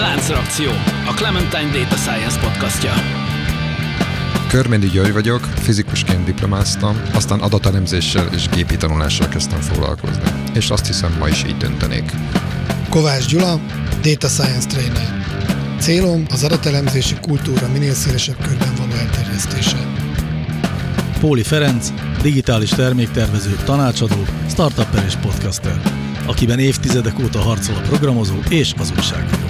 Láncreakció, a Clementine Data Science podcastja. Körméndi György vagyok, fizikusként diplomáztam, aztán adatelemzéssel és gépi tanulással kezdtem foglalkozni. És azt hiszem, ma is így döntenék. Kovács Gyula, Data Science Trainer. Célom az adatelemzési kultúra minél szélesebb körben való elterjesztése. Póli Ferenc, digitális terméktervező, tanácsadó, startupper és podcaster, akiben évtizedek óta harcol a programozó és az újságíró.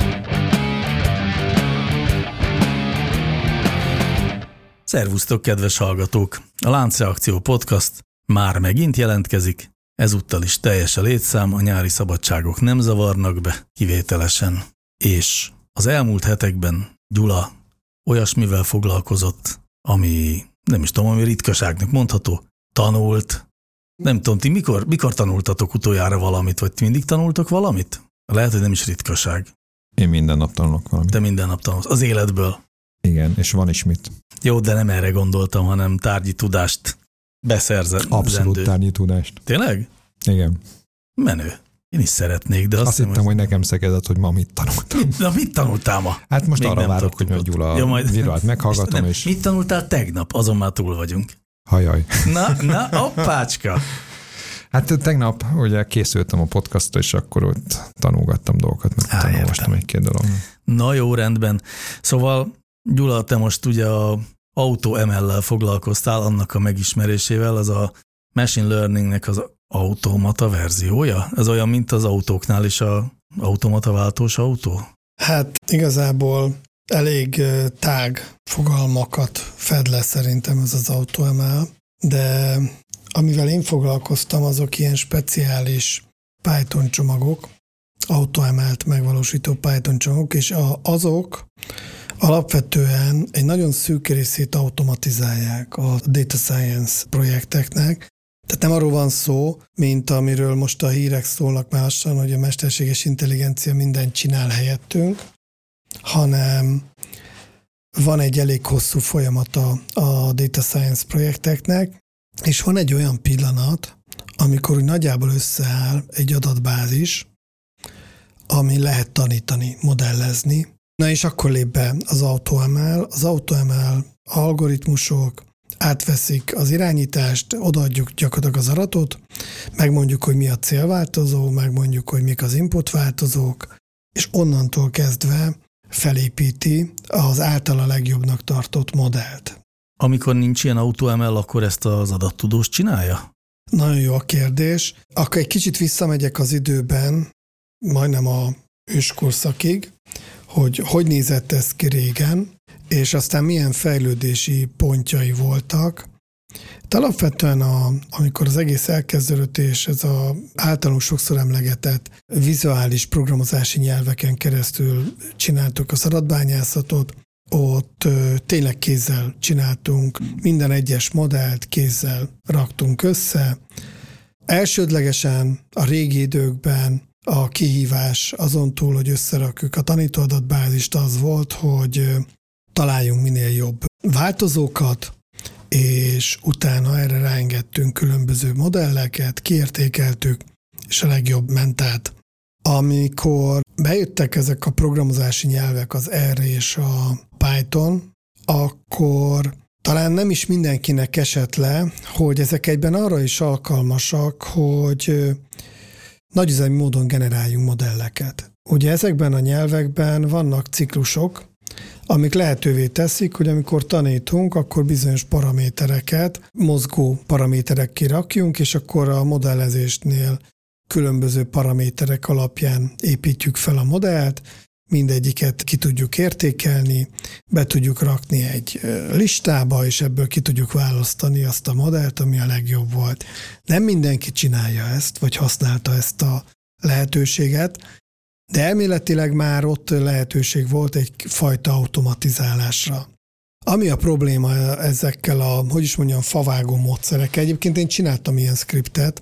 Szervusztok, kedves hallgatók! A Láncreakció podcast már megint jelentkezik, ezúttal is teljes a létszám, a nyári szabadságok nem zavarnak be kivételesen. És az elmúlt hetekben Gyula olyasmivel foglalkozott, ami nem is tudom, ami ritkaságnak mondható, tanult. Nem tudom, ti mikor tanultatok utoljára valamit, vagy ti mindig tanultok valamit? Lehet, hogy nem is ritkaság. Én minden nap tanulok valamit. Te minden nap tanulsz. Az életből. Igen, és van is mit. Jó, de nem erre gondoltam, hanem tárgyi tudást beszerzett. Abszolút tárgyi tudást. Tényleg? Igen. Menő. Én is szeretnék, de azt hittem, hogy nekem szekedzett, hogy ma mit tanultam. Mit tanultál ma? Hát most még arra várok, hogy a Gyula viralt meghallgatom. És mit tanultál tegnap? Azon már túl vagyunk. Hajaj. Na, hoppácska. Hát tegnap ugye készültem a podcastra, és akkor ott tanulgattam dolgokat, mert tanultam egy-két dolog. Na jó, rendben. Szóval Gyula, te most ugye a AutoML-lel foglalkoztál, annak a megismerésével, az a machine learningnek az automata verziója? Ez olyan, mint az autóknál is a automata váltós autó? Hát igazából elég tág fogalmakat fed le szerintem ez az AutoML, de amivel én foglalkoztam, azok ilyen speciális Python csomagok, AutoML-t megvalósító Python csomagok, és azok alapvetően egy nagyon szűk részét automatizálják a data science projekteknek. Tehát nem arról van szó, mint amiről most a hírek szólnak már lassan, hogy a mesterséges intelligencia mindent csinál helyettünk, hanem van egy elég hosszú folyamata a data science projekteknek, és van egy olyan pillanat, amikor úgy nagyjából összeáll egy adatbázis, ami lehet tanítani, modellezni. Na és akkor lép be az AutoML. Az AutoML algoritmusok átveszik az irányítást, odaadjuk gyakorlatilag az adatot, megmondjuk, hogy mi a célváltozó, megmondjuk, hogy mik az inputváltozók, és onnantól kezdve felépíti az általa legjobbnak tartott modellt. Amikor nincs ilyen AutoML, akkor ezt az adattudós csinálja? Nagyon jó a kérdés. Akkor egy kicsit visszamegyek az időben, majdnem a őskorszakig, hogy nézett ez ki régen, és aztán milyen fejlődési pontjai voltak. Alapvetően, amikor az egész elkezdődött, és ez az általunk sokszor emlegetett vizuális programozási nyelveken keresztül csináltuk az adatbányászatot, ott tényleg kézzel csináltunk, minden egyes modellt kézzel raktunk össze. Elsődlegesen a régi időkben a kihívás azon túl, hogy összerakjuk a tanítóadatbázist, az volt, hogy találjunk minél jobb változókat, és utána erre ráengedtünk különböző modelleket, kiértékeltük, és a legjobb ment át. Amikor bejöttek ezek a programozási nyelvek, az R és a Python, akkor talán nem is mindenkinek esett le, hogy ezek egyben arra is alkalmasak, hogy nagyüzemi módon generáljunk modelleket. Ugye ezekben a nyelvekben vannak ciklusok, amik lehetővé teszik, hogy amikor tanítunk, akkor bizonyos paramétereket, mozgó paraméterek kirakjunk, és akkor a modellezésnél különböző paraméterek alapján építjük fel a modellt, mindegyiket ki tudjuk értékelni, be tudjuk rakni egy listába, és ebből ki tudjuk választani azt a modellt, ami a legjobb volt. Nem mindenki csinálja ezt, vagy használta ezt a lehetőséget, de elméletileg már ott lehetőség volt egy fajta automatizálásra. Ami a probléma ezekkel a, favágó módszerekkel, egyébként én csináltam ilyen skriptet,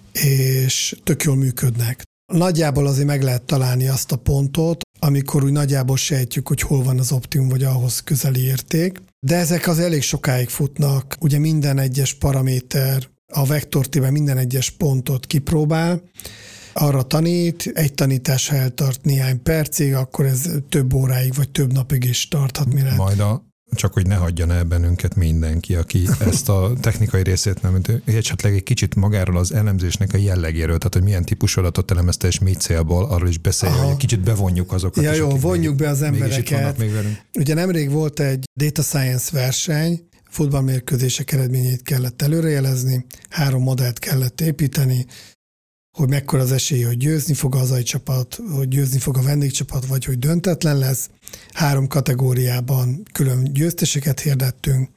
és tök jól működnek. Nagyjából azért meg lehet találni azt a pontot, amikor úgy nagyjából sejtjük, hogy hol van az optimum, vagy ahhoz közeli érték. De ezek az elég sokáig futnak, ugye minden egyes paraméter, a vektortében minden egyes pontot kipróbál, arra tanít, egy tanítás, ha eltart néhány percig, akkor ez több óráig vagy több napig is tarthat, mire... Majd csak hogy ne hagyjon el bennünket mindenki, aki ezt a technikai részét nem, esetleg egy kicsit magáról az elemzésnek a jellegéről, tehát hogy milyen típusú adatot elemezte és mi célból, arról is beszélj, hogy egy kicsit bevonjuk azokat. Ja, jó, vonjuk be az embereket. Még ugye nemrég volt egy data science verseny, futballmérkőzések eredményét kellett előrejelezni, 3 modellt kellett építeni, hogy mekkora az esély, hogy győzni fog a hazai csapat, hogy győzni fog a vendégcsapat, vagy hogy döntetlen lesz. 3 kategóriában külön győzteseket hirdettünk.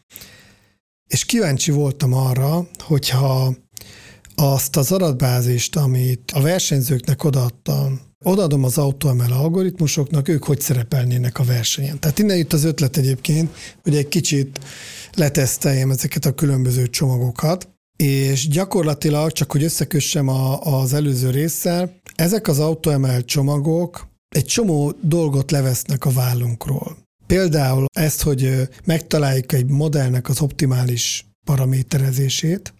És kíváncsi voltam arra, hogyha azt az adatbázist, amit a versenyzőknek odaadom az AutoML algoritmusoknak, ők hogy szerepelnének a versenyen. Tehát innen jött az ötlet egyébként, hogy egy kicsit leteszteljem ezeket a különböző csomagokat, és gyakorlatilag, csak hogy összekössem az előző résszel, ezek az AutoML csomagok egy csomó dolgot levesznek a vállunkról. Például ezt, hogy megtaláljuk egy modellnek az optimális paraméterezését,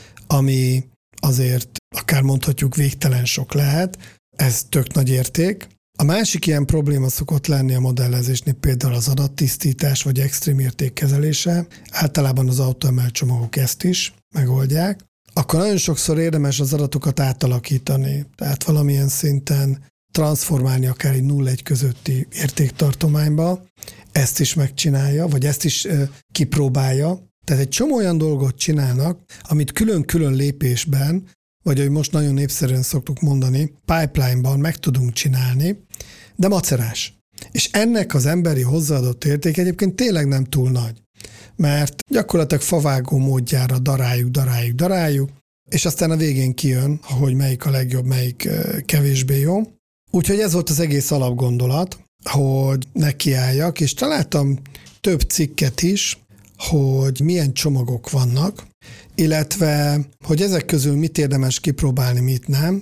ami azért akár mondhatjuk végtelen sok lehet, ez tök nagy érték. A másik ilyen probléma szokott lenni a modellezésnél például az adattisztítás vagy extrém értékkezelése. Általában az AutoML csomagok ezt is megoldják. Akkor nagyon sokszor érdemes az adatokat átalakítani, tehát valamilyen szinten transformálni akár egy 0-1 közötti értéktartományba. Ezt is megcsinálja, vagy ezt is kipróbálja. Tehát egy csomó olyan dolgot csinálnak, amit külön-külön lépésben, vagy ahogy most nagyon népszerűen szoktuk mondani, pipeline-ban meg tudunk csinálni, de macerás. És ennek az emberi hozzáadott érték egyébként tényleg nem túl nagy, mert gyakorlatilag favágó módjára daráljuk, és aztán a végén kijön, hogy melyik a legjobb, melyik kevésbé jó. Úgyhogy ez volt az egész alapgondolat, hogy nekiálljak, és találtam több cikket is, hogy milyen csomagok vannak, illetve, hogy ezek közül mit érdemes kipróbálni, mit nem,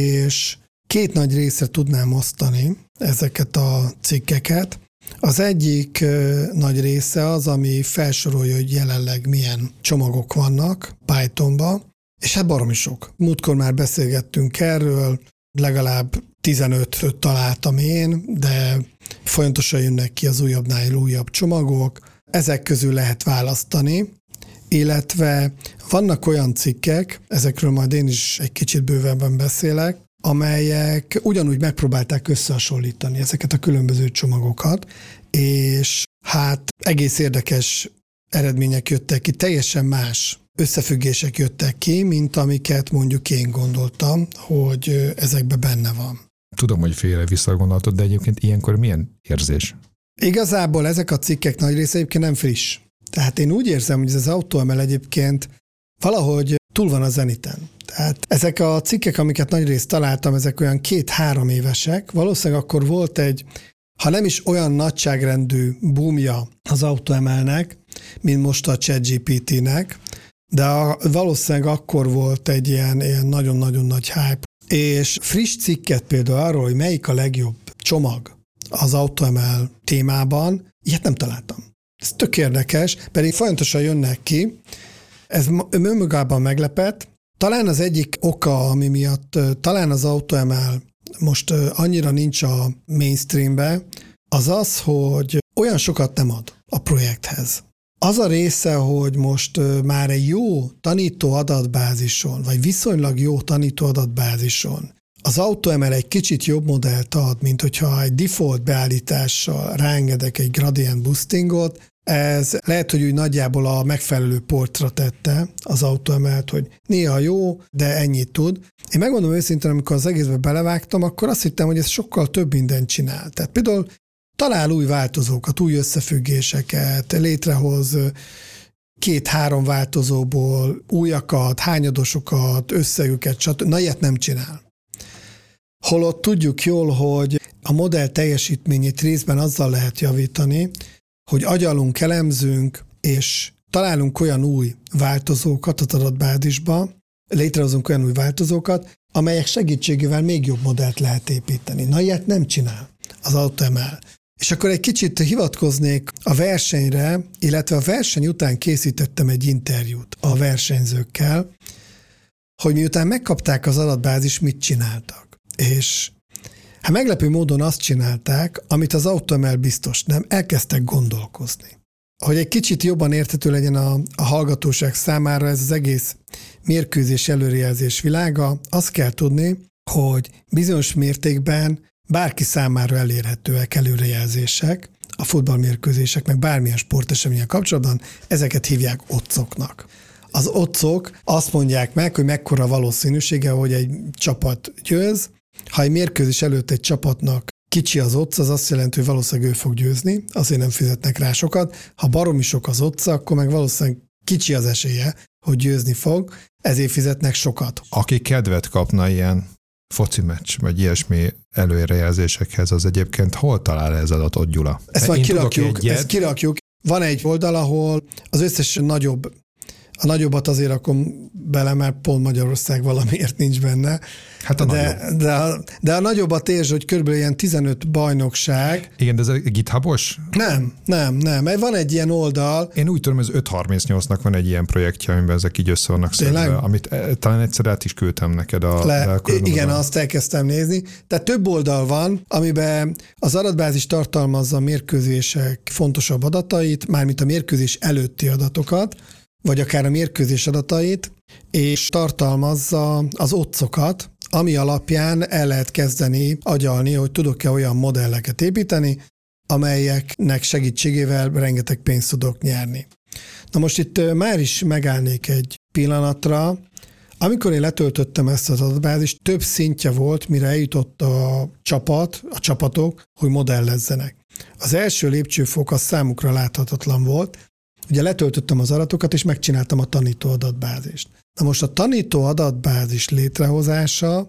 és 2 nagy részre tudnám osztani ezeket a cikkeket. Az egyik nagy része az, ami felsorolja, hogy jelenleg milyen csomagok vannak Pythonba, és hát baromi sok. Múltkor már beszélgettünk erről, legalább 15-öt találtam én, de folyamatosan jönnek ki az újabbnál újabb csomagok. Ezek közül lehet választani, illetve vannak olyan cikkek, ezekről majd én is egy kicsit bővebben beszélek, amelyek ugyanúgy megpróbálták összehasonlítani ezeket a különböző csomagokat, és hát egész érdekes eredmények jöttek ki, teljesen más összefüggések jöttek ki, mint amiket mondjuk én gondoltam, hogy ezekben benne van. Tudom, hogy félre visszagondolatod, de egyébként ilyenkor milyen érzés? Igazából ezek a cikkek nagy része egyébként nem friss. Tehát én úgy érzem, hogy ez az AutoML egyébként valahogy túl van a zeniten. Tehát ezek a cikkek, amiket nagyrészt találtam, ezek olyan 2-3 évesek. Valószínűleg akkor volt egy, ha nem is olyan nagyságrendű boomja az AutoML-nek, mint most a ChatGPT-nek, de valószínűleg akkor volt egy ilyen nagyon-nagyon nagy hype. És friss cikket például arról, hogy melyik a legjobb csomag az AutoML témában, ilyet nem találtam. Ez tök érdekes, pedig folyamatosan jönnek ki. Ez önmagában meglepett. Talán az egyik oka, ami miatt talán az AutoML most annyira nincs a mainstreambe, az az, hogy olyan sokat nem ad a projekthez. Az a része, hogy most már egy jó tanító adatbázison, vagy viszonylag jó tanító adatbázison az AutoML egy kicsit jobb modellt ad, mint hogyha egy default beállítással ráengedek egy gradient boostingot, ez lehet, hogy úgy nagyjából a megfelelő portra tette az AutoML-t, hogy néha jó, de ennyit tud. Én megmondom őszintén, amikor az egészbe belevágtam, akkor azt hittem, hogy ez sokkal több mindent csinál. Tehát például talál új változókat, új összefüggéseket, létrehoz 2-3 változóból újakat, hányadosokat, összegüket, stb. Na, ilyet nem csinál. Holott tudjuk jól, hogy a modell teljesítményét részben azzal lehet javítani, hogy agyalunk, elemzünk, és találunk olyan új változókat az adatbázisba, létrehozunk olyan új változókat, amelyek segítségével még jobb modellt lehet építeni. Na, ilyet nem csinál az AutoML. És akkor egy kicsit hivatkoznék a versenyre, illetve a verseny után készítettem egy interjút a versenyzőkkel, hogy miután megkapták az adatbázis, mit csináltak. és hát meglepő módon azt csinálták, amit az AutoML biztos nem, elkezdtek gondolkozni. Hogy egy kicsit jobban érthető legyen a hallgatóság számára ez az egész mérkőzés előrejelzés világa, azt kell tudni, hogy bizonyos mértékben bárki számára elérhetőek előrejelzések, a futballmérkőzések, meg bármilyen sporteseményen kapcsolatban, ezeket hívják oddsoknak. Az oddsok azt mondják meg, hogy mekkora valószínűsége, hogy egy csapat győz. Ha egy mérkőzés előtt egy csapatnak kicsi az odds, az azt jelenti, hogy valószínűleg ő fog győzni, azért nem fizetnek rá sokat. Ha baromi sok az odds, akkor meg valószínűleg kicsi az esélye, hogy győzni fog, ezért fizetnek sokat. Aki kedvet kapna ilyen foci meccs, vagy ilyesmi előrejelzésekhez, az egyébként hol talál ez adatot, Gyula? Ezt majd kirakjuk. Van egy oldal, ahol az összes a nagyobbat azért rakom bele, mert pont Magyarország valamiért nincs benne. Hát de a nagyobbat értsd, hogy körülbelül ilyen 15 bajnokság. Igen, de ez GitHub-os? Nem. Mert van egy ilyen oldal. Én úgy tudom, hogy az 538-nak van egy ilyen projektje, amiben ezek így össze vannak szedve, amit talán egyszer át is küldtem neked. Igen, azt elkezdtem nézni. Tehát több oldal van, amiben az adatbázis tartalmazza a mérkőzések fontosabb adatait, mármint a mérkőzés előtti adatokat, vagy akár a mérkőzés adatait, és tartalmazza az oddsokat, ami alapján el lehet kezdeni agyalni, hogy tudok-e olyan modelleket építeni, amelyeknek segítségével rengeteg pénzt tudok nyerni. Na most itt már is megállnék egy pillanatra. Amikor én letöltöttem ezt az adatbázist, több szintje volt, mire eljutott a csapatok, hogy modellezzenek. Az első lépcsőfok az számukra láthatatlan volt. Ugye letöltöttem az adatokat, és megcsináltam a tanító adatbázist. Na most a tanító adatbázis létrehozása,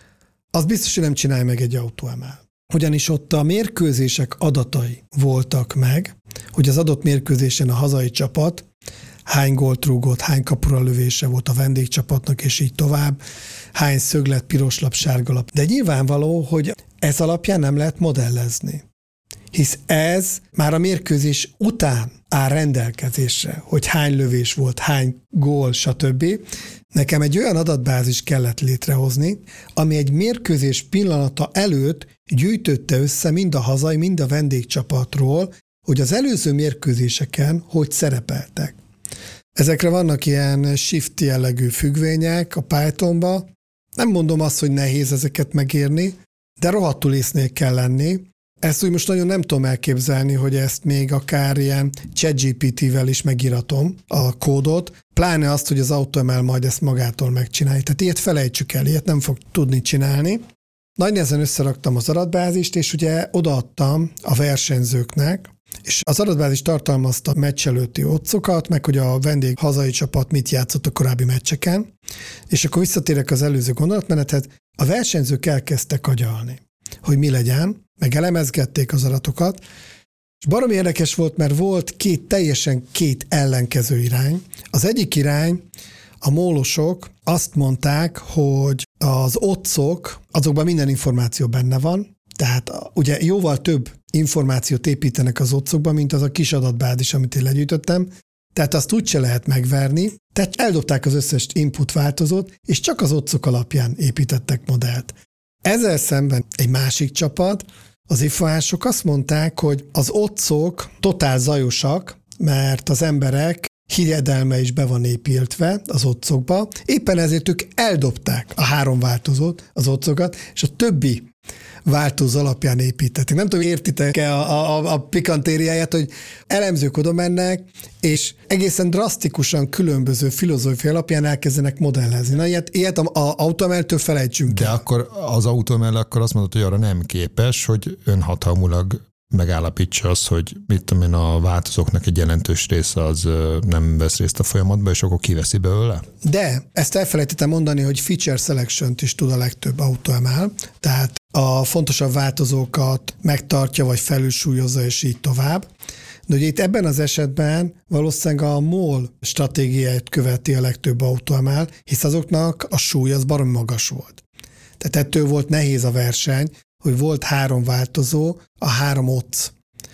az biztos, hogy nem csinálja meg egy AutoML. Ugyanis ott a mérkőzések adatai voltak meg, hogy az adott mérkőzésen a hazai csapat hány gólt rúgott, hány kapura lövése volt a vendégcsapatnak, és így tovább, hány szöglet, piros lap, sárga lap. De nyilvánvaló, hogy ez alapján nem lehet modellezni. Hisz ez már a mérkőzés után áll rendelkezésre, hogy hány lövés volt, hány gól, stb. Nekem egy olyan adatbázis kellett létrehozni, ami egy mérkőzés pillanata előtt gyűjtötte össze mind a hazai, mind a vendégcsapatról, hogy az előző mérkőzéseken hogy szerepeltek. Ezekre vannak ilyen shift jellegű függvények a Pythonba. Nem mondom azt, hogy nehéz ezeket megírni, de rohadtul észnél kell lenni. Ezt úgy most nagyon nem tudom elképzelni, hogy ezt még akár ilyen ChatGPT-vel is megíratom a kódot, pláne azt, hogy az AutoML majd ezt magától megcsinálja. Tehát ilyet felejtsük el, ilyet nem fog tudni csinálni. Nagy nehezen összeraktam az adatbázist, és ugye odaadtam a versenyzőknek, és az adatbázis tartalmazta meccs előtti oddsokat, meg hogy a vendég hazai csapat mit játszott a korábbi meccseken, és akkor visszatérek az előző gondolatmenethez, a versenyzők elkezdtek agyalni, hogy mi legyen, meg elemezgették az adatokat, és baromi érdekes volt, mert volt teljesen két ellenkező irány. Az egyik irány, a mólosok azt mondták, hogy az oddsok, azokban minden információ benne van, tehát ugye jóval több információt építenek az oddsokban, mint az a kis adatbázis, amit én legyűjtöttem, tehát azt úgyse lehet megverni, tehát eldobták az összes input változót, és csak az oddsok alapján építettek modellt. Ezzel szemben egy másik csapat, az IFA-sok azt mondták, hogy az oddsok totál zajosak, mert az emberek hiedelme is be van építve az oddsokba, éppen ezért ők eldobták a 3 változót, az oddsokat, és a többi változó alapján építették. Nem tudom, értitek-e a pikantériáját, hogy elemzők oda mennek, és egészen drasztikusan különböző filozófia alapján elkezdenek modellezni. Na, ilyet az AutoML-től felejtsünk el. De akkor az AutoML akkor azt mondod, hogy arra nem képes, hogy önhatalmulag megállapítsa azt, hogy mit tudom én, a változóknak egy jelentős része az nem vesz részt a folyamatban, és akkor kiveszi belőle? De ezt elfelejtettem mondani, hogy feature selection-t is tud a legtöbb AutoML, tehát a fontosabb változókat megtartja, vagy felülsúlyozza, és így tovább. De ugye itt ebben az esetben valószínűleg a MOL stratégiáját követi a legtöbb AutoML, hisz azoknak a súly az baromi magas volt. Tehát ettől volt nehéz a verseny, hogy volt 3 változó, a 3 odds,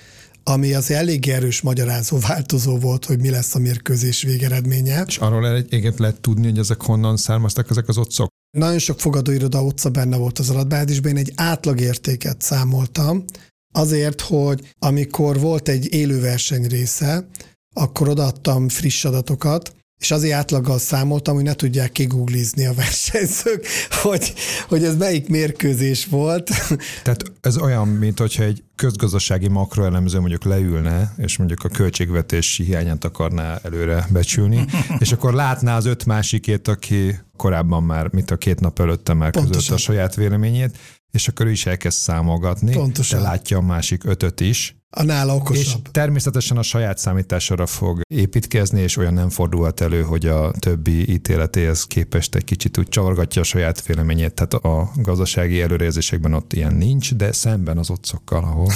ami az elég erős magyarázó változó volt, hogy mi lesz a mérkőzés végeredménye. És arról lehet tudni, hogy ezek honnan származtak ezek az oddsok? Nagyon sok fogadóiroda utca benne volt az adatbázisban, én egy átlagértéket számoltam, azért, hogy amikor volt egy élő verseny része, akkor odaadtam friss adatokat, és azért átlaggal számoltam, hogy ne tudják kigooglizni a versenyzők, hogy ez melyik mérkőzés volt. Tehát ez olyan, mint hogyha egy közgazdasági makroelemző mondjuk leülne, és mondjuk a költségvetési hiányát akarná előre becsülni, és akkor látná az 5 másikét, aki korábban már, mint a 2 nap előtte már közölte a saját véleményét, és akkor ő is elkezd számolgatni, Pontosan. de látja a másik 5-öt is. A nála okosabb. És természetesen a saját számításra fog építkezni, és olyan nem fordulhat elő, hogy a többi ítéletéhez képest egy kicsit úgy csavargatja a saját véleményét. Tehát a gazdasági előrejelzésekben ott ilyen nincs, de szemben az otcokkal, ahol...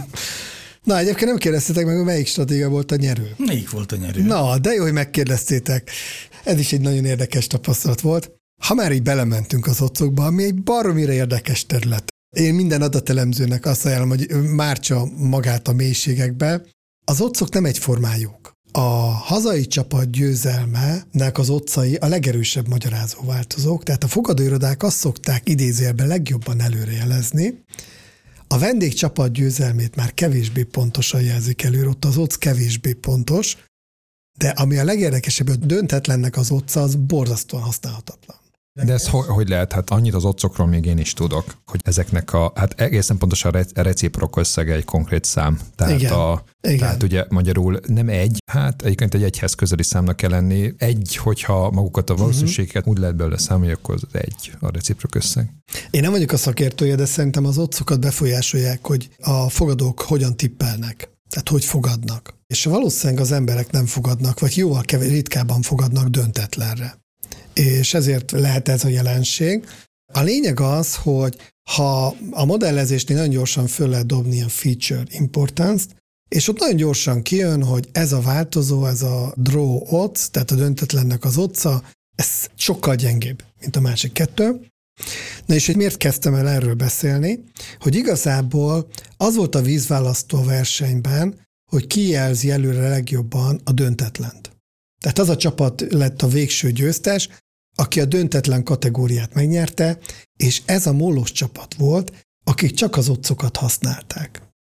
Na, egyébként nem kérdeztétek meg, hogy melyik stratégia volt a nyerő. Melyik volt a nyerő? Na, de jó, hogy megkérdeztétek. Ez is egy nagyon érdekes tapasztalat volt. Ha már így belementünk az otcokba, ami egy baromira érdekes terület. Én minden adatelemzőnek azt ajánlom, hogy mártsa magát a mélységekbe. Az otcok nem egyformájuk. A hazai csapat győzelmenek az otcai a legerősebb magyarázó változók, tehát a fogadóirodák azt szokták idézőjelben legjobban előrejelezni. A vendégcsapat győzelmét már kevésbé pontosan jelzik előre, ott az otc kevésbé pontos, de ami a legérdekesebb, hogy döntetlennek az otca, az borzasztóan használhatatlan. De ez hogy lehet? Hát annyit az otcokról még én is tudok, hogy ezeknek hát egészen pontosan a reciprok összege egy konkrét szám. Tehát, Igen. Tehát ugye magyarul nem hát egyébként egy egyhez közeli számnak kell lenni. Hogyha magukat a valószínűséget úgy lehet belőle számolni, akkor az a reciprok összeg. Én nem vagyok a szakértője, de szerintem az otcokat befolyásolják, hogy a fogadók hogyan tippelnek. Tehát hogy fogadnak. És valószínűleg az emberek nem fogadnak, vagy jóval ritkábban fogadnak döntetlenre. És ezért lehet ez a jelenség. A lényeg az, hogy ha a modellezésnél nagyon gyorsan föl lehet dobni a feature importance-t, és ott nagyon gyorsan kijön, hogy ez a változó, ez a draw odds, tehát a döntetlennek az oddsa, ez sokkal gyengébb, mint a másik 2. Na és hogy miért kezdtem el erről beszélni? Hogy igazából az volt a vízválasztó a versenyben, hogy ki jelzi előre legjobban a döntetlent. Tehát az a csapat lett a végső győztes, aki a döntetlen kategóriát megnyerte, és ez a mólós csapat volt, akik csak az otcokat használták.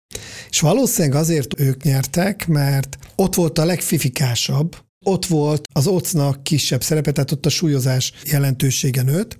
És valószínűleg azért ők nyertek, mert ott volt a legfifikásabb, ott volt az otcnak kisebb szerepe, tehát ott a súlyozás jelentősége nőtt,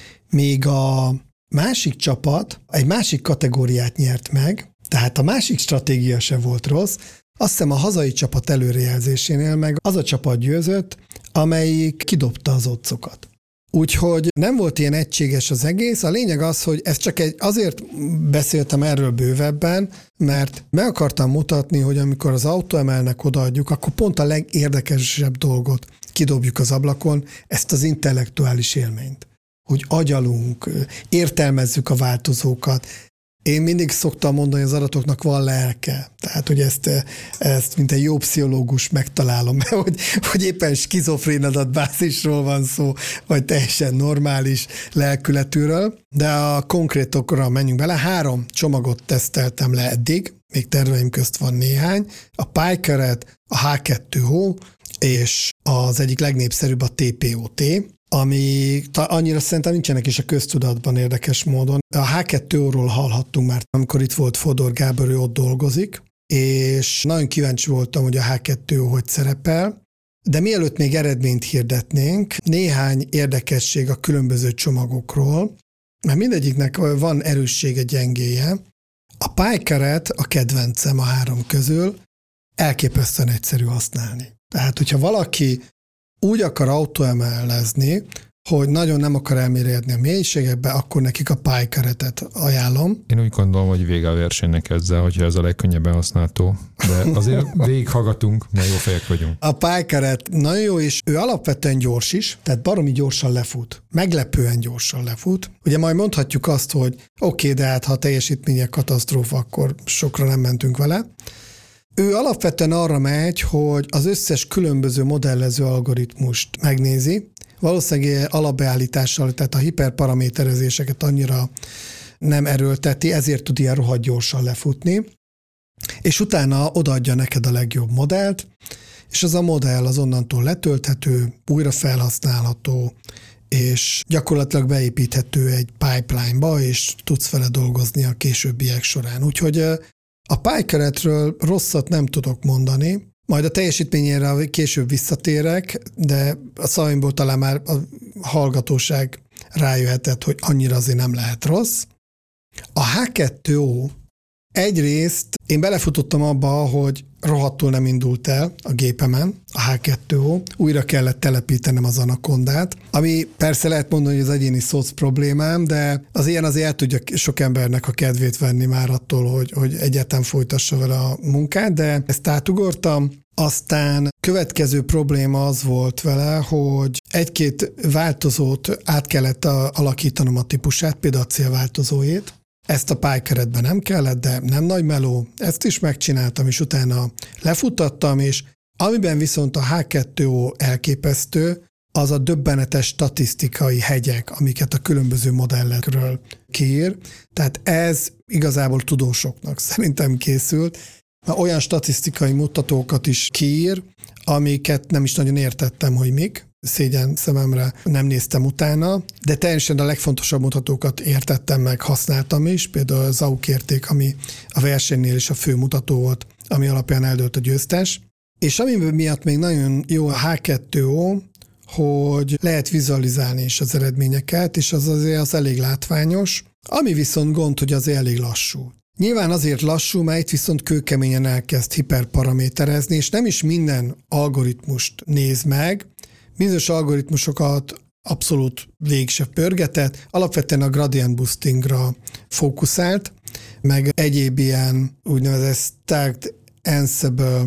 míg a másik csapat egy másik kategóriát nyert meg, tehát a másik stratégia se volt rossz, azt hiszem a hazai csapat előrejelzésénél meg az a csapat győzött, amelyik kidobta az otcokat. Úgyhogy nem volt ilyen egységes az egész. A lényeg az, hogy ez csak azért beszéltem erről bővebben, mert meg akartam mutatni, hogy amikor az autóemelnek odaadjuk, akkor pont a legérdekesebb dolgot kidobjuk az ablakon, ezt az intellektuális élményt. Hogy agyalunk, értelmezzük a változókat. Én mindig szoktam mondani, hogy az adatoknak van lelke. Tehát, hogy ezt mint egy jó pszichológus megtalálom, hogy éppen skizofrén adatbázisról van szó, vagy teljesen normális lelkületűről. De a konkrétokra menjünk bele. 3 csomagot teszteltem le eddig, még terveim közt van néhány. A PyCaret, a H2O, és az egyik legnépszerűbb a TPOT, ami annyira szerintem nincsenek is a köztudatban érdekes módon. A H2O-ról hallhattunk már, amikor itt volt Fodor Gábor, ő ott dolgozik, és nagyon kíváncsi voltam, hogy a H2O hogy szerepel, de mielőtt még eredményt hirdetnénk, néhány érdekesség a különböző csomagokról, mert mindegyiknek van erőssége, gyengéje. A PyCaret a kedvencem a 3 közül, elképesztően egyszerű használni. Tehát, hogyha valaki úgy akar autóemellezni, hogy nagyon nem akar elmélyedni a mélységekbe, akkor nekik a PyCaretet ajánlom. Én úgy gondolom, hogy vége a versenynek ezzel, hogyha ez a legkönnyebben használható. De azért végighallgatunk, mert jó fejek vagyunk. A PyCaret nagyon jó, és ő alapvetően gyors is, tehát baromi gyorsan lefut. Meglepően gyorsan lefut. Ugye majd mondhatjuk azt, hogy oké, de hát ha a teljesítmények katasztrófa, akkor sokra nem mentünk vele. Ő alapvetően arra megy, hogy az összes különböző modellező algoritmust megnézi, valószínűleg alapbeállítással, tehát a hiperparaméterezéseket annyira nem erőlteti, ezért tud ilyen rohadt gyorsan lefutni, és utána odaadja neked a legjobb modellt, és az a modell az onnantól letölthető, újra felhasználható, és gyakorlatilag beépíthető egy pipeline-ba, és tudsz vele dolgozni a későbbiek során. Úgyhogy a PyCaretről rosszat nem tudok mondani, majd a teljesítményére később visszatérek, de a szavaimból talán már a hallgatóság rájöhetett, hogy annyira azért nem lehet rossz. A H2O egyrészt én belefutottam abba, hogy rohadtul nem indult el a gépemen, a H2O, újra kellett telepítenem az Anacondát, ami persze lehet mondani, hogy az egyéni szoc problémám, de az ilyen azért el tudja sok embernek a kedvét venni már attól, hogy egyáltalán folytassa vele a munkát, de ezt átugortam. Aztán következő probléma az volt vele, hogy egy-két változót át kellett alakítanom a típusát, például a célváltozójét. Ezt a PyCaretben nem kellett, de nem nagy meló, ezt is megcsináltam, és utána lefutattam, és amiben viszont a H2O elképesztő, az a döbbenetes statisztikai hegyek, amiket a különböző modellekről kiír. Tehát ez igazából tudósoknak szerintem készült, mert olyan statisztikai mutatókat is kiír, amiket nem is nagyon értettem, hogy mik. Szégyen szememre nem néztem utána, de teljesen a legfontosabb mutatókat értettem meg, használtam is, például az AUK érték, ami a versenynél is a fő mutató volt, ami alapján eldőlt a győztes. És ami miatt még nagyon jó a H2O, hogy lehet vizualizálni is az eredményeket, és az azért az elég látványos, ami viszont gond, hogy azért elég lassú. Nyilván azért lassú, mert itt viszont kőkeményen elkezd hiperparaméterezni, és nem is minden algoritmust néz meg, bizonyos algoritmusokat abszolút végig se pörgetett, alapvetően a gradient boostingra fókuszált, meg egyéb ilyen úgynevezett stacked ansible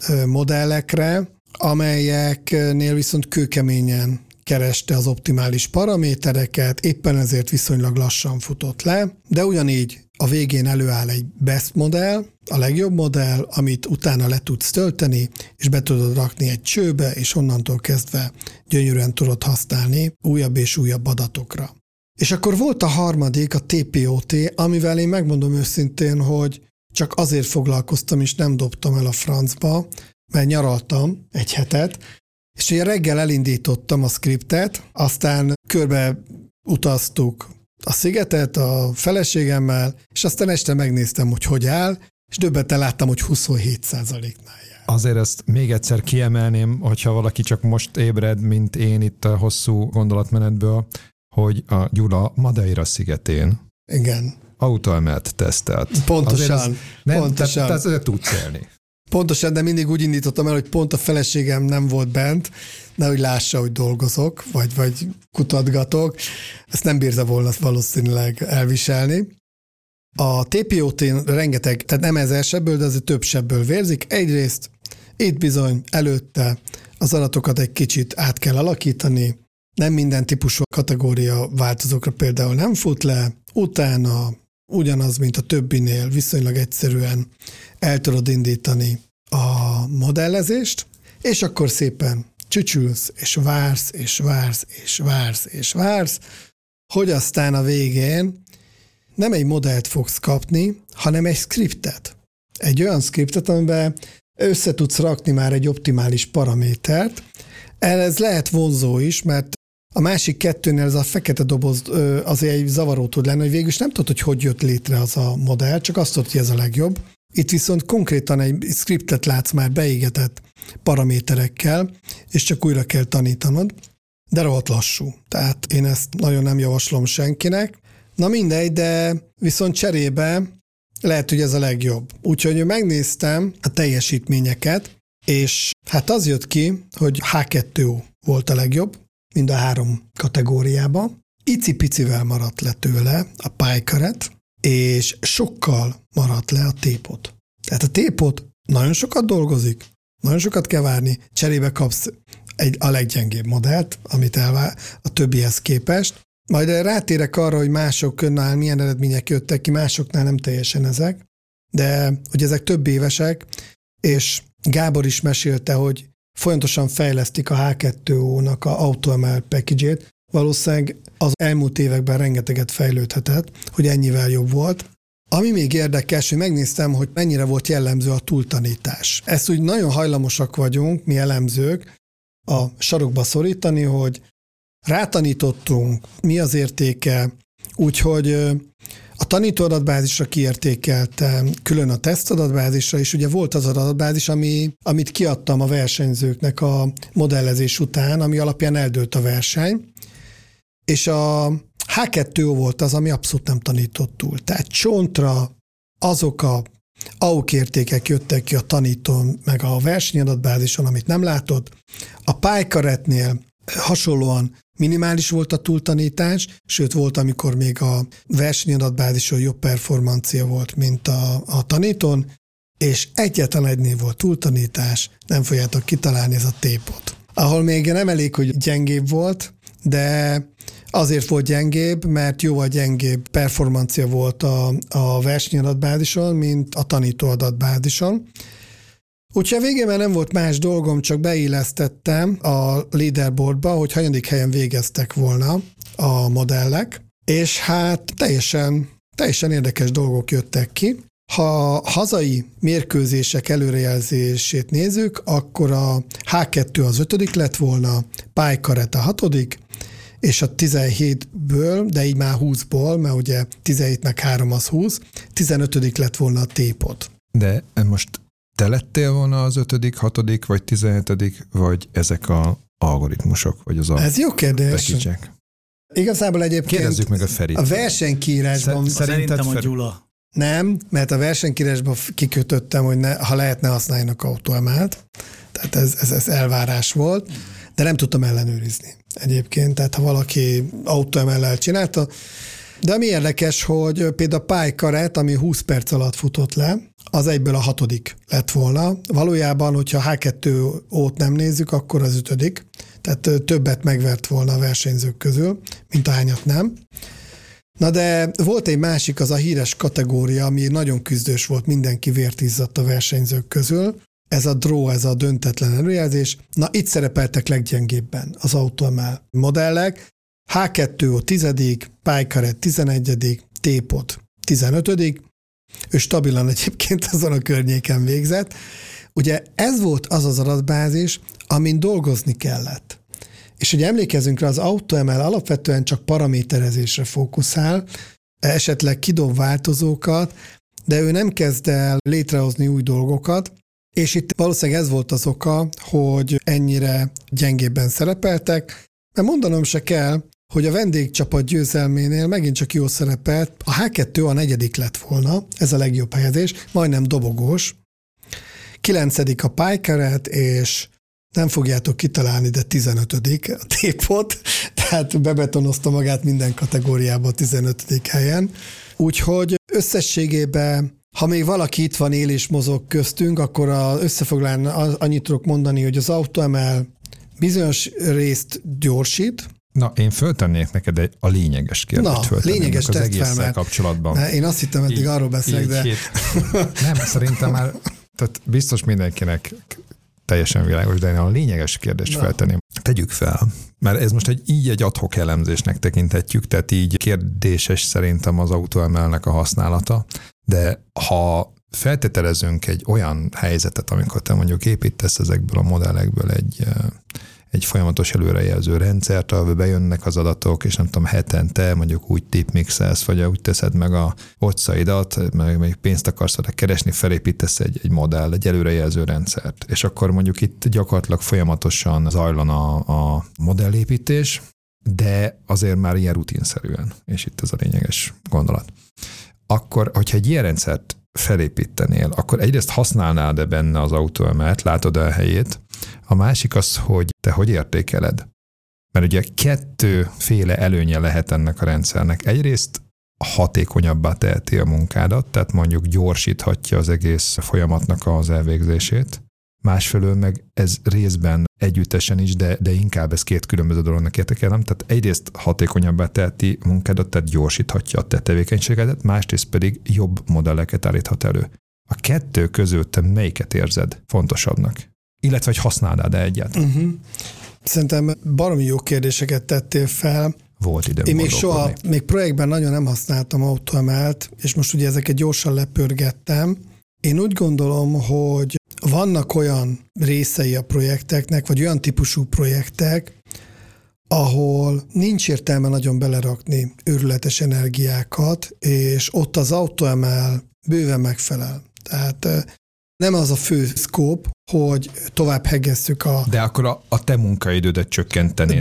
modellekre, amelyeknél viszont kőkeményen kereste az optimális paramétereket, éppen ezért viszonylag lassan futott le, de ugyanígy a végén előáll egy best modell, a legjobb modell, amit utána le tudsz tölteni, és be tudod rakni egy csőbe, és onnantól kezdve gyönyörűen tudod használni újabb és újabb adatokra. És akkor volt a harmadik, a TPOT, amivel én megmondom őszintén, hogy csak azért foglalkoztam, és nem dobtam el a francba, mert nyaraltam egy hetet, és ugye reggel elindítottam a skriptet, aztán körbe utaztuk a szigetet a feleségemmel, és aztán este megnéztem, hogy áll, és döbbenten láttam, hogy 27%-nál jár. Azért ezt még egyszer kiemelném, hogyha valaki csak most ébred, mint én itt a hosszú gondolatmenetből, hogy a Gyula Madeira szigetén Igen. autoemelt tesztelt. Pontosan. Tehát ezzel tudsz élni. Pontosan, de mindig úgy indítottam el, hogy pont a feleségem nem volt bent, nehogy lássa, hogy dolgozok, vagy kutatgatok. Ezt nem bírta volna valószínűleg elviselni. A TPOT-n rengeteg, tehát nem ezer sebből, de azért több sebből vérzik. Egyrészt itt bizony előtte az adatokat egy kicsit át kell alakítani, nem minden típusú kategória változókra például nem fut le, utána ugyanaz, mint a többinél, viszonylag egyszerűen el tudod indítani a modellezést, és akkor szépen csücsülsz, és vársz, és vársz, és vársz, és vársz, hogy aztán a végén nem egy modellt fogsz kapni, hanem egy skriptet. Egy olyan skriptet, amiben össze tudsz rakni már egy optimális paramétert. Ez lehet vonzó is, mert a másik kettőnél ez a fekete doboz azért egy zavaró tud lenni, hogy végülis nem tudod, hogy jött létre az a modell, csak azt tudod, hogy ez a legjobb. Itt viszont konkrétan egy scriptet látsz már beégetett paraméterekkel, és csak újra kell tanítanod, de rohadt lassú. Tehát én ezt nagyon nem javaslom senkinek. Na mindegy, de viszont cserébe lehet, hogy ez a legjobb. Úgyhogy megnéztem a teljesítményeket, és hát az jött ki, hogy H2O volt a legjobb, mind a 3 kategóriában. Icipicivel maradt le tőle a PyCaret, és sokkal maradt le a TPOT. Tehát a TPOT nagyon sokat dolgozik, nagyon sokat kell várni, cserébe kapsz a leggyengébb modellt, amit elvár a többihez képest. Majd rátérek arra, hogy másoknál milyen eredmények jöttek ki, másoknál nem teljesen ezek, de hogy ezek több évesek, és Gábor is mesélte, hogy folyamatosan fejlesztik a H2O-nak a AutoML package-ét. Valószínűleg az elmúlt években rengeteget fejlődhetett, hogy ennyivel jobb volt. Ami még érdekes, hogy megnéztem, hogy mennyire volt jellemző a túltanítás. Ezt úgy nagyon hajlamosak vagyunk, mi elemzők, a sarokba szorítani, hogy rátanítottunk, mi az értéke, úgyhogy a tanítóadatbázisra kiértékeltem, külön a tesztadatbázisra, és ugye volt az adatbázis, amit kiadtam a versenyzőknek a modellezés után, ami alapján eldőlt a verseny, és a H2O volt az, ami abszolút nem tanított túl. Tehát csontra azok a AUK értékek jöttek ki a tanítón, meg a versenyadatbázison, amit nem látott. A PyCaretnél hasonlóan minimális volt a túltanítás, sőt volt, amikor még a versenyadatbázison jobb performancia volt, mint a tanítón, és egyetlen egynél volt túltanítás, nem fogjátok kitalálni, ez a T-pot. Ahol még nem elég, hogy gyengébb volt, de azért volt gyengébb, mert jóval gyengébb performancia volt a versenyadatbázison, mint a tanítóadatbázison. Úgyhogy a végén már nem volt más dolgom, csak beillesztettem a leaderboardba, hogy hanyadik helyen végeztek volna a modellek, és hát teljesen érdekes dolgok jöttek ki. Ha hazai mérkőzések előrejelzését nézzük, akkor a H2 az 5. lett volna, PyCaret a 6., és a 17-ből, de így már 20-ból, mert ugye 17 meg 3 az 20, 15. lett volna a T-pot. De most te lettél volna az 5., 6. vagy 17., vagy ezek az algoritmusok, vagy az Ez jó kérdés. pekicsek? Igazából egyébként kérdezzük meg a Ferit. A versenykiírásban... Szerintem a Gyula. Nem, mert a versenykiírásban kikötöttem, hogy ha lehetne használjanak AutoML-t, tehát ez elvárás volt, de nem tudtam ellenőrizni egyébként, tehát ha valaki AutoML-lel csinálta. De ami érdekes, hogy például a PyCaret, ami 20 perc alatt futott le, az egyből a 6. lett volna. Valójában, hogyha H2O-t nem nézzük, akkor az 5. Tehát többet megvert volna a versenyzők közül, mint ahányat nem. Na de volt egy másik, az a híres kategória, ami nagyon küzdős volt, mindenki vért izzadt a versenyzők közül. Ez a draw, ez a döntetlen előjelzés. Na itt szerepeltek leggyengébben az AutoML modellek. H2O 10., PyCaret 11., T-pot 15., ő stabilan egyébként azon a környéken végzett. Ugye ez volt az az adatbázis, amin dolgozni kellett. És ugye emlékezzünk rá, az AutoML alapvetően csak paraméterezésre fókuszál, esetleg kidob változókat, de ő nem kezd el létrehozni új dolgokat, és itt valószínűleg ez volt az oka, hogy ennyire gyengébben szerepeltek, mert mondanom se kell, hogy a vendégcsapat győzelménél megint csak jól szerepelt, a H2 a 4. lett volna, ez a legjobb helyezés, majdnem dobogós, 9. a PyCaret, és nem fogjátok kitalálni, de 15. a T-pot, tehát bebetonozta magát minden kategóriában a 15. helyen. Úgyhogy összességében, ha még valaki itt van, él és mozog köztünk, akkor összefoglalni annyit tudok mondani, hogy az AutoML bizonyos részt gyorsít. Na, én föltennék neked a lényeges kérdést. Na, lényeges az egésszel kapcsolatban. Én azt hittem, eddig arról beszélek, de... Nem, szerintem már tehát biztos mindenkinek teljesen világos, de én a lényeges kérdést feltenném. Tegyük fel, mert ez most egy ad hoc elemzésnek tekinthetjük, tehát így kérdéses szerintem az AutoML-nek a használata, de ha feltételezünk egy olyan helyzetet, amikor te mondjuk építesz ezekből a modellekből egy folyamatos előrejelző rendszert, ahol bejönnek az adatok, és nem tudom, hetente mondjuk úgy tipmixelsz, vagy úgy teszed meg a otcaidat, meg pénzt akarsz vele keresni, felépítesz egy modell, egy előrejelző rendszert. És akkor mondjuk itt gyakorlatilag folyamatosan zajlana a modellépítés, de azért már ilyen rutinszerűen, és itt ez a lényeges gondolat. Akkor, hogyha egy ilyen rendszert felépítenél, akkor egyrészt használnád-e benne az AutoML-t, látod a helyét, a másik az, hogy te hogy értékeled. Mert ugye 2 előnye lehet ennek a rendszernek. Egyrészt hatékonyabbá teheti a munkádat, tehát mondjuk gyorsíthatja az egész folyamatnak az elvégzését. Másfelől meg ez részben együttesen is, de inkább ez 2 különböző dolognak értékelem. Tehát egyrészt hatékonyabbá teheti a munkádat, tehát gyorsíthatja a te tevékenységedet, másrészt pedig jobb modelleket állíthat elő. A 2 közül te melyiket érzed fontosabbnak? Illetve, hogy használnád-e egyet? Szerintem baromi jó kérdéseket tettél fel. Volt időm Én még projektben nagyon nem használtam AutoML-t, és most ugye ezeket gyorsan lepörgettem. Én úgy gondolom, hogy vannak olyan részei a projekteknek, vagy olyan típusú projektek, ahol nincs értelme nagyon belerakni őrületes energiákat, és ott az AutoML bőven megfelel. Tehát nem az a fő szkóp, hogy tovább heggesszük De akkor a te munkaidődet csökkentenéd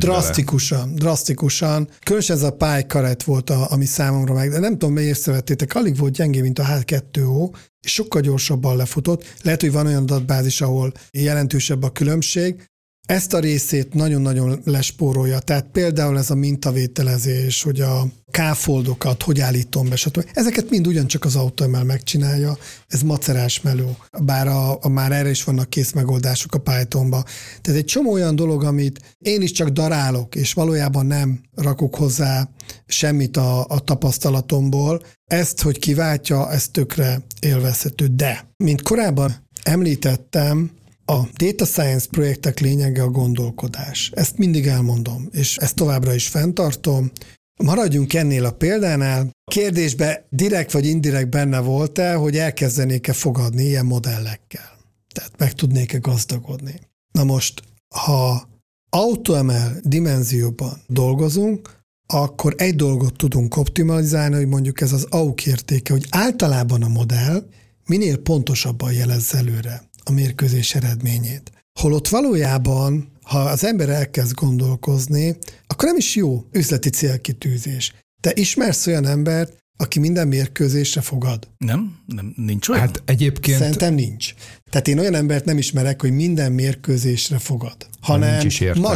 Drasztikusan. Különösen ez a PyCaret volt, ami számomra meg, de nem tudom, miért észrevettétek, alig volt gyengé, mint a H2O, és sokkal gyorsabban lefutott. Lehet, hogy van olyan adatbázis, ahol jelentősebb a különbség. Ezt a részét nagyon-nagyon lespórolja. Tehát például ez a mintavételezés, hogy a K-foldokat hogy állítom be, stb. Ezeket mind ugyancsak az AutoML megcsinálja. Ez macerás meló. Bár már erre is vannak kész megoldások a Pythonba. Tehát egy csomó olyan dolog, amit én is csak darálok, és valójában nem rakok hozzá semmit a tapasztalatomból. Ezt, hogy kiváltja, ez tökre élvezhető. De, mint korábban említettem, a data science projektek lényege a gondolkodás. Ezt mindig elmondom, és ezt továbbra is fenntartom. Maradjunk ennél a példánál. Kérdésben direkt vagy indirekt benne volt-e, hogy elkezdenék-e fogadni ilyen modellekkel? Tehát meg tudnék-e gazdagodni? Na most, ha AutoML dimenzióban dolgozunk, akkor egy dolgot tudunk optimalizálni, hogy mondjuk ez az AUK értéke, hogy általában a modell minél pontosabban jelezze előre a mérkőzés eredményét. Holott valójában, ha az ember elkezd gondolkozni, akkor nem is jó üzleti célkitűzés. Te ismersz olyan embert, aki minden mérkőzésre fogad? Nem, nincs olyan? Hát egyébként... Szerintem nincs. Tehát én olyan embert nem ismerek, hogy minden mérkőzésre fogad, hanem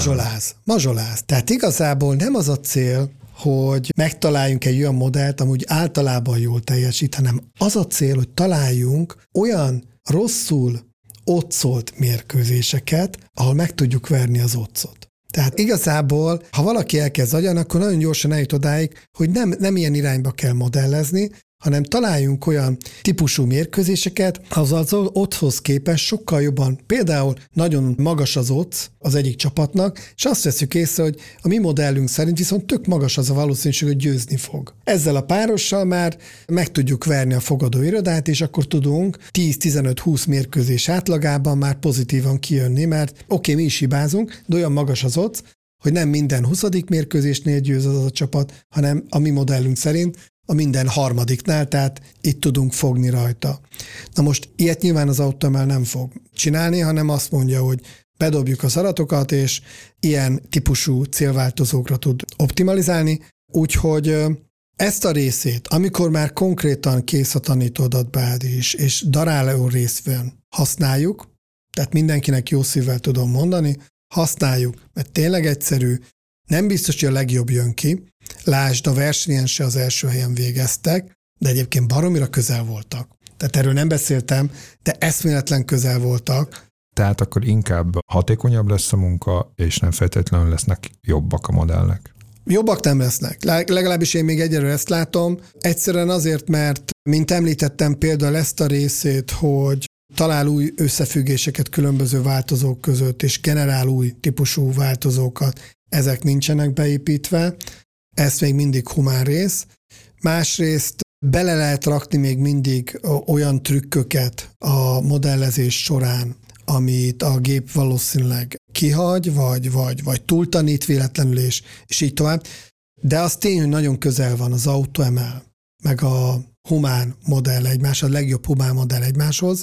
mazsoláz. Tehát igazából nem az a cél, hogy megtaláljunk egy olyan modellt, amúgy általában jól teljesít, hanem az a cél, hogy találjunk olyan rosszul odszolt mérkőzéseket, ahol meg tudjuk verni az odzot. Tehát igazából, ha valaki elkezd agyalni, akkor nagyon gyorsan eljut odáig, hogy nem ilyen irányba kell modellezni, hanem találjunk olyan típusú mérkőzéseket, az oddhoz képest sokkal jobban, például nagyon magas az odds az egyik csapatnak, és azt veszük észre, hogy a mi modellünk szerint viszont tök magas az a valószínűség, hogy győzni fog. Ezzel a párossal már meg tudjuk verni a fogadó irodát, és akkor tudunk 10-15-20 mérkőzés átlagában már pozitívan kijönni, mert mi is hibázunk, de olyan magas az odds, hogy nem minden 20. mérkőzésnél győz az a csapat, hanem a mi modellünk szerint a minden harmadiknál, tehát itt tudunk fogni rajta. Na most ilyet nyilván az AutoML nem fog csinálni, hanem azt mondja, hogy bedobjuk az adatokat, és ilyen típusú célváltozókra tud optimalizálni, úgyhogy ezt a részét, amikor már konkrétan kész a tanító adatbázis, és daráló részben használjuk, tehát mindenkinek jó szívvel tudom mondani, használjuk, mert tényleg egyszerű, nem biztos, hogy a legjobb jön ki. Lásd, a versenyen se az első helyen végeztek, de egyébként baromira közel voltak. Tehát erről nem beszéltem, de eszméletlen közel voltak. Tehát akkor inkább hatékonyabb lesz a munka, és nem feltétlenül lesznek jobbak a modellek. Jobbak nem lesznek. Legalábbis én még egyelőre ezt látom. Egyszerűen azért, mert, mint említettem például ezt a részét, hogy talál új összefüggéseket különböző változók között, és generál új típusú változókat, ezek nincsenek beépítve, ez még mindig humán rész. Másrészt bele lehet rakni még mindig olyan trükköket a modellezés során, amit a gép valószínűleg kihagy, vagy túltanít véletlenül, és így tovább. De az tény, hogy nagyon közel van az AutoML, meg a humán modell egymás, a legjobb humán modell egymáshoz,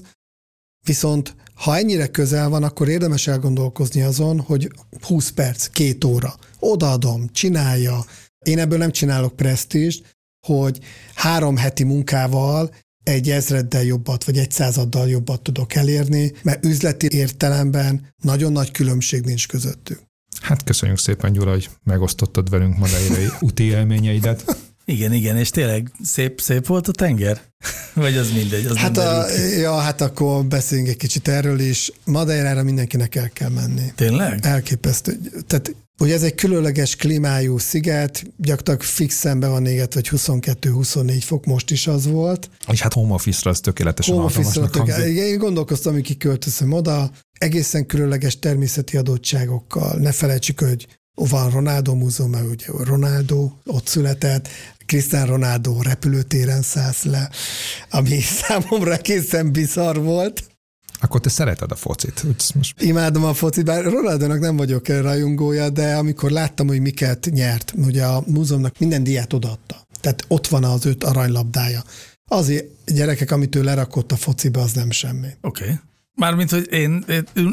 viszont ha ennyire közel van, akkor érdemes elgondolkozni azon, hogy 20 perc, 2 óra, odaadom, csinálja. Én ebből nem csinálok presztízst, hogy 3 heti munkával egy 1000-del jobbat, vagy 100-dal jobbat tudok elérni, mert üzleti értelemben nagyon nagy különbség nincs közöttünk. Hát köszönjük szépen, Gyula, hogy megosztottad velünk madeirai úti élményeidet. Igen, és tényleg szép volt a tenger? Vagy az mindegy? Az hát akkor beszéljünk egy kicsit erről is. Madeirára mindenkinek el kell menni. Tényleg? Elképesztő. Tehát ugye ez egy különleges klímájú sziget, gyakorlatilag fixen be van égetve, vagy 22-24 fok, most is az volt. És hát home office-ra az tökéletesen alkalmasnak hangzik. Én gondolkoztam, hogy kiköltözöm oda, egészen különleges természeti adottságokkal. Ne felejtsük, hogy van Ronaldo múzeum, mert ugye Ronaldo ott született, Cristiano Ronaldo repülőtéren szállsz le, ami számomra egészen bizarr volt. Akkor te szereted a focit. Most... Imádom a focit, bár Ronaldónak nem vagyok rajongója, de amikor láttam, hogy miket nyert, ugye a múzeumnak minden díját odaadta. Tehát ott van az 5 aranylabdája. Azért gyerekek, amit ő lerakott a fociba, az nem semmi. Oké. Mármint, hogy én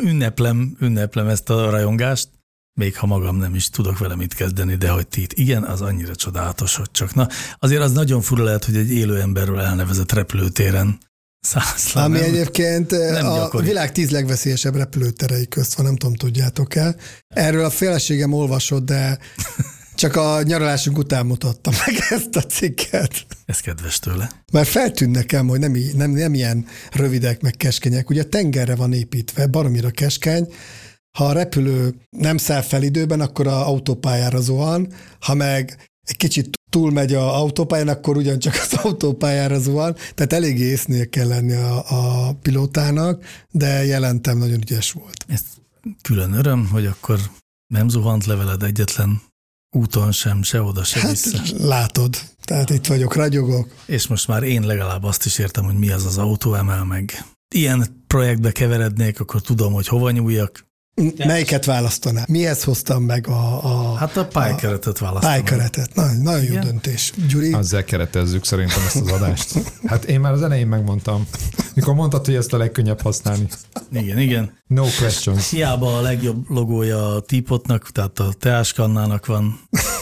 ünneplem ezt a rajongást, még ha magam nem is tudok vele mit kezdeni, de hogy ti igen, az annyira csodálatos, hogy csak. Na, azért az nagyon fura lehet, hogy egy élő emberről elnevezett repülőtéren szászlán. Ami egyébként a gyakori. világ 10 legveszélyesebb repülőterei közt van, nem tudom, tudjátok-e. Erről a feleségem olvasott, de csak a nyaralásunk után mutattam meg ezt a cikket. Ez kedves tőle. Már feltűnt nekem, hogy nem ilyen rövidek, meg keskenyek. Ugye a tengerre van építve, baromira keskeny. Ha a repülő nem száll fel időben, akkor az autópályára zuhan, ha meg egy kicsit túlmegy az autópályán, akkor ugyancsak az autópályára zuhan, tehát eléggé észnél kell lenni a pilótának, de jelentem nagyon ügyes volt. Ez külön öröm, hogy akkor nem zuhant le veled egyetlen úton sem, se oda, se vissza. Látod, tehát itt vagyok, ragyogok. És most már én legalább azt is értem, hogy mi az az autóemel, meg ilyen projektbe keverednék, akkor tudom, hogy hova nyúljak. Melyiket választanám? Mihez hoztam meg Hát a pálykeretet választom. Pálykeretet. Nagyon jó döntés. Gyuri? Azzal keretezzük szerintem ezt az adást. Hát én már az elején megmondtam, mikor mondtad, hogy ezt a legkönnyebb használni. Igen. No questions. Hiába a legjobb logója a Teapotnak, tehát a teáskannának van.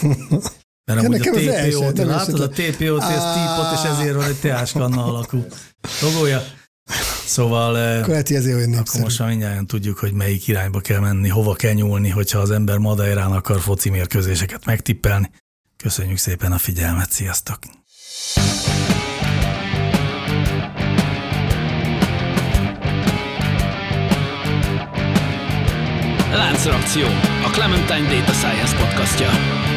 Mert amúgy a TPO-t, látod, a TPO-t, ez Teapot, és ezért van egy teáskanna alakú logója. Szóval akkor most már mindjárt tudjuk, hogy melyik irányba kell menni, hova kell nyúlni, hogyha az ember Madeirán akar foci mérkőzéseket megtippelni. Köszönjük szépen a figyelmet, sziasztok! Láncreakció, a Clementine Data Science podcastja.